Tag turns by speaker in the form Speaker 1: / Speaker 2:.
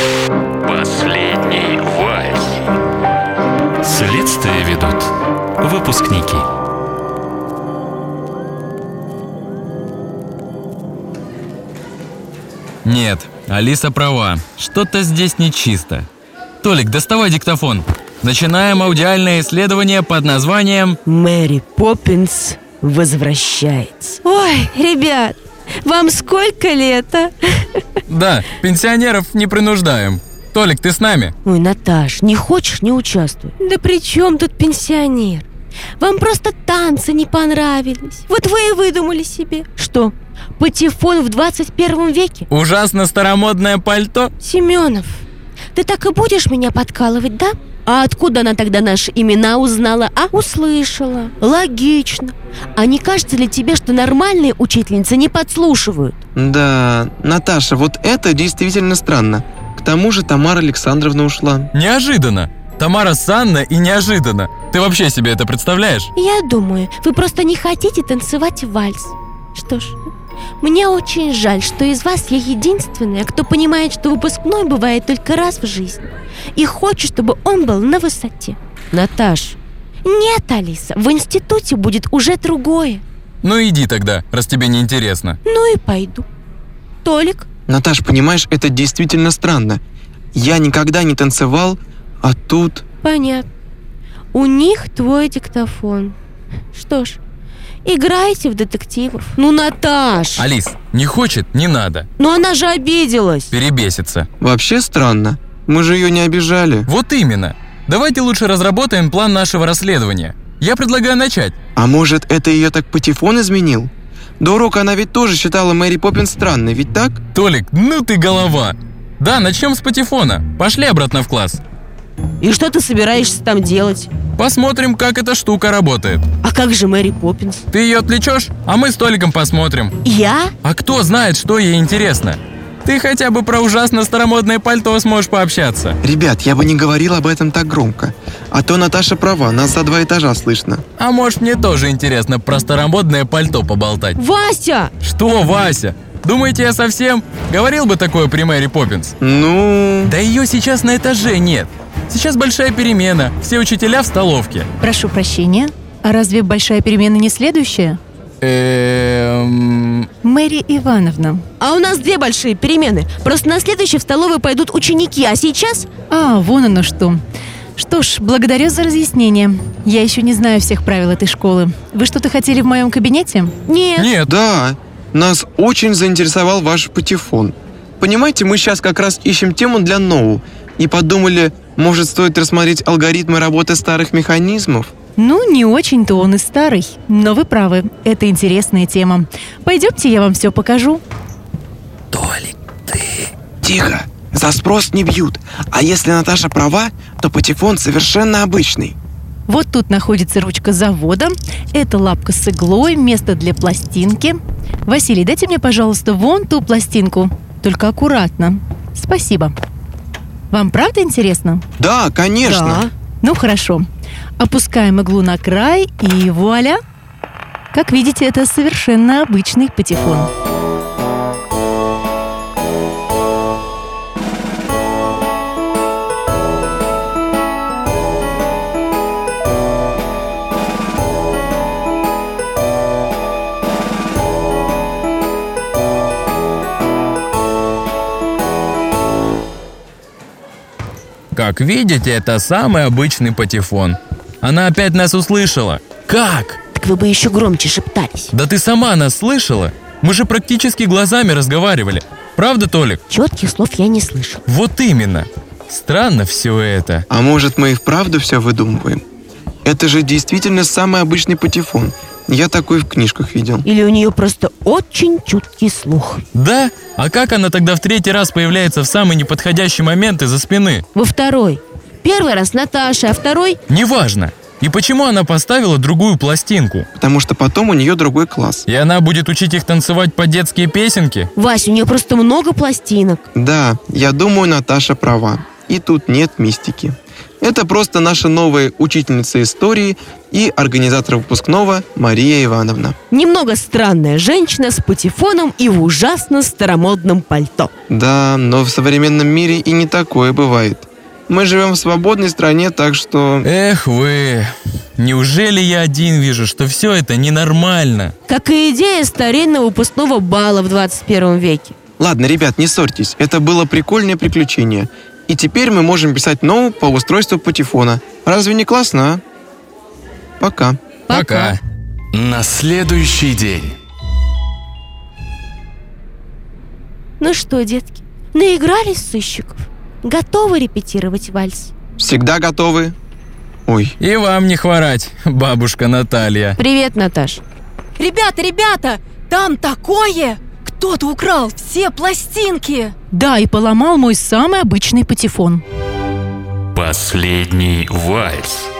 Speaker 1: Последний вальс. Следствие ведут выпускники.
Speaker 2: Нет, Алиса права. Что-то здесь нечисто. Толик, доставай диктофон. Начинаем аудиальное исследование под названием
Speaker 3: «Мэри Поппинс возвращается».
Speaker 4: Ой, ребят, вам сколько лет, а?
Speaker 2: Да, пенсионеров не принуждаем. Толик, ты с нами?
Speaker 3: Ой, Наташ, не хочешь — не участвуй.
Speaker 4: Да при чем тут пенсионер? Вам просто танцы не понравились. Вот вы и выдумали себе.
Speaker 3: Что, патефон в 21 веке?
Speaker 2: Ужасно старомодное пальто?
Speaker 4: Семенов, ты так и будешь меня подкалывать, да?
Speaker 3: А откуда она тогда наши имена узнала, а?
Speaker 4: Услышала.
Speaker 3: Логично. А не кажется ли тебе, что нормальные учительницы не подслушивают?
Speaker 5: Да, Наташа, вот это действительно странно. К тому же Тамара Александровна ушла.
Speaker 2: Неожиданно. Тамара Санна и неожиданно. Ты вообще себе это представляешь?
Speaker 4: Я думаю, вы просто не хотите танцевать вальс. Что ж, мне очень жаль, что из вас я единственная, кто понимает, что выпускной бывает только раз в жизни. И хочет, чтобы он был на высоте.
Speaker 3: Наташ.
Speaker 4: Нет, Алиса, в институте будет уже другое.
Speaker 2: Ну иди тогда, раз тебе не интересно.
Speaker 4: Ну и пойду. Толик?
Speaker 5: Наташ, понимаешь, это действительно странно. Я никогда не танцевал, а тут...
Speaker 4: Понятно. У них твой диктофон. Что ж, играйте в детективов.
Speaker 3: Ну, Наташ!
Speaker 2: Алис, не хочет, не надо.
Speaker 3: Но она же обиделась.
Speaker 2: Перебесится.
Speaker 5: Вообще странно. Мы же ее не обижали.
Speaker 2: Вот именно. Давайте лучше разработаем план нашего расследования. Я предлагаю начать.
Speaker 5: А может, это ее так патефон изменил? До урока она ведь тоже считала Мэри Поппинс странной, ведь так?
Speaker 2: Толик, ну ты голова. Да, начнем с патефона. Пошли обратно в класс.
Speaker 3: И что ты собираешься там делать?
Speaker 2: Посмотрим, как эта штука работает.
Speaker 3: А как же Мэри Поппинс?
Speaker 2: Ты ее отвлечешь, а мы с Толиком посмотрим.
Speaker 3: Я?
Speaker 2: А кто знает, что ей интересно? Ты хотя бы про ужасно старомодное пальто сможешь пообщаться.
Speaker 5: Ребят, я бы не говорил об этом так громко. А то Наташа права, нас за 2 этажа слышно.
Speaker 2: А может, мне тоже интересно про старомодное пальто поболтать.
Speaker 3: Вася!
Speaker 2: Что, Вася? Думаете, я совсем говорил бы такое при Мэри Поппинс?
Speaker 5: Ну...
Speaker 2: Да ее сейчас на этаже нет. Сейчас большая перемена, все учителя в столовке.
Speaker 6: Прошу прощения, а разве большая перемена не следующая? Мэри Ивановна.
Speaker 3: А у нас 2 большие перемены. Просто на следующей в столовую пойдут ученики, а сейчас...
Speaker 6: А, вон оно что. Что ж, благодарю за разъяснение. Я еще не знаю всех правил этой школы. Вы что-то хотели в моем кабинете?
Speaker 3: Нет.
Speaker 5: Да, нас очень заинтересовал ваш патефон. Понимаете, мы сейчас как раз ищем тему для ноу. И подумали, может, стоит рассмотреть алгоритмы работы старых механизмов?
Speaker 6: Ну, не очень-то он и старый. Но вы правы, это интересная тема. Пойдемте, я вам все покажу.
Speaker 5: Толик, ты... Тихо, за спрос не бьют. А если Наташа права, то патефон совершенно обычный.
Speaker 6: Вот тут находится ручка завода. Это лапка с иглой, место для пластинки. Василий, дайте мне, пожалуйста, вон ту пластинку. Только аккуратно. Спасибо. Вам правда интересно?
Speaker 5: Да, конечно.
Speaker 3: Да.
Speaker 6: Ну, хорошо. Опускаем иглу на край и вуаля! Как видите, это совершенно обычный патефон.
Speaker 2: Как видите, это самый обычный патефон. Она опять нас услышала. Как?
Speaker 3: Так вы бы еще громче шептались.
Speaker 2: Да ты сама нас слышала? Мы же практически глазами разговаривали. Правда, Толик?
Speaker 3: Четких слов я не слышал.
Speaker 2: Вот именно. Странно все это.
Speaker 5: А может, мы и вправду все выдумываем? Это же действительно самый обычный патефон. Я такой в книжках видел.
Speaker 3: Или у нее просто очень чуткий слух.
Speaker 2: Да? А как она тогда в 3-й раз появляется в самый неподходящий момент из-за спины?
Speaker 3: Во 2-й. 1 раз Наташа, а 2-й...
Speaker 2: Неважно. И почему она поставила другую пластинку?
Speaker 5: Потому что потом у нее другой класс.
Speaker 2: И она будет учить их танцевать под детские песенки?
Speaker 3: Вася, у нее просто много пластинок.
Speaker 5: Да, я думаю, Наташа права. И тут нет мистики. Это просто наша новая учительница истории и организатор выпускного Мария Ивановна.
Speaker 3: Немного странная женщина с патефоном и в ужасно старомодном пальто.
Speaker 5: Да, но в современном мире и не такое бывает. Мы живем в свободной стране, так что...
Speaker 2: Эх вы, неужели я один вижу, что все это ненормально?
Speaker 3: Как и идея старинного выпускного бала в 21 веке.
Speaker 5: Ладно, ребят, не ссорьтесь, это было прикольное приключение. И теперь мы можем писать Ноу по устройству патефона. Разве не классно, а? Пока.
Speaker 2: Пока.
Speaker 1: На следующий день.
Speaker 4: Ну что, детки, наигрались в сыщиков? Готовы репетировать вальс?
Speaker 5: Всегда готовы? Ой,
Speaker 2: И вам не хворать, бабушка Наталья.
Speaker 3: Привет, Наташ.
Speaker 7: Ребята, там такое! Кто-то украл все пластинки!
Speaker 6: Да, и поломал мой самый обычный патефон.
Speaker 1: Последний вальс.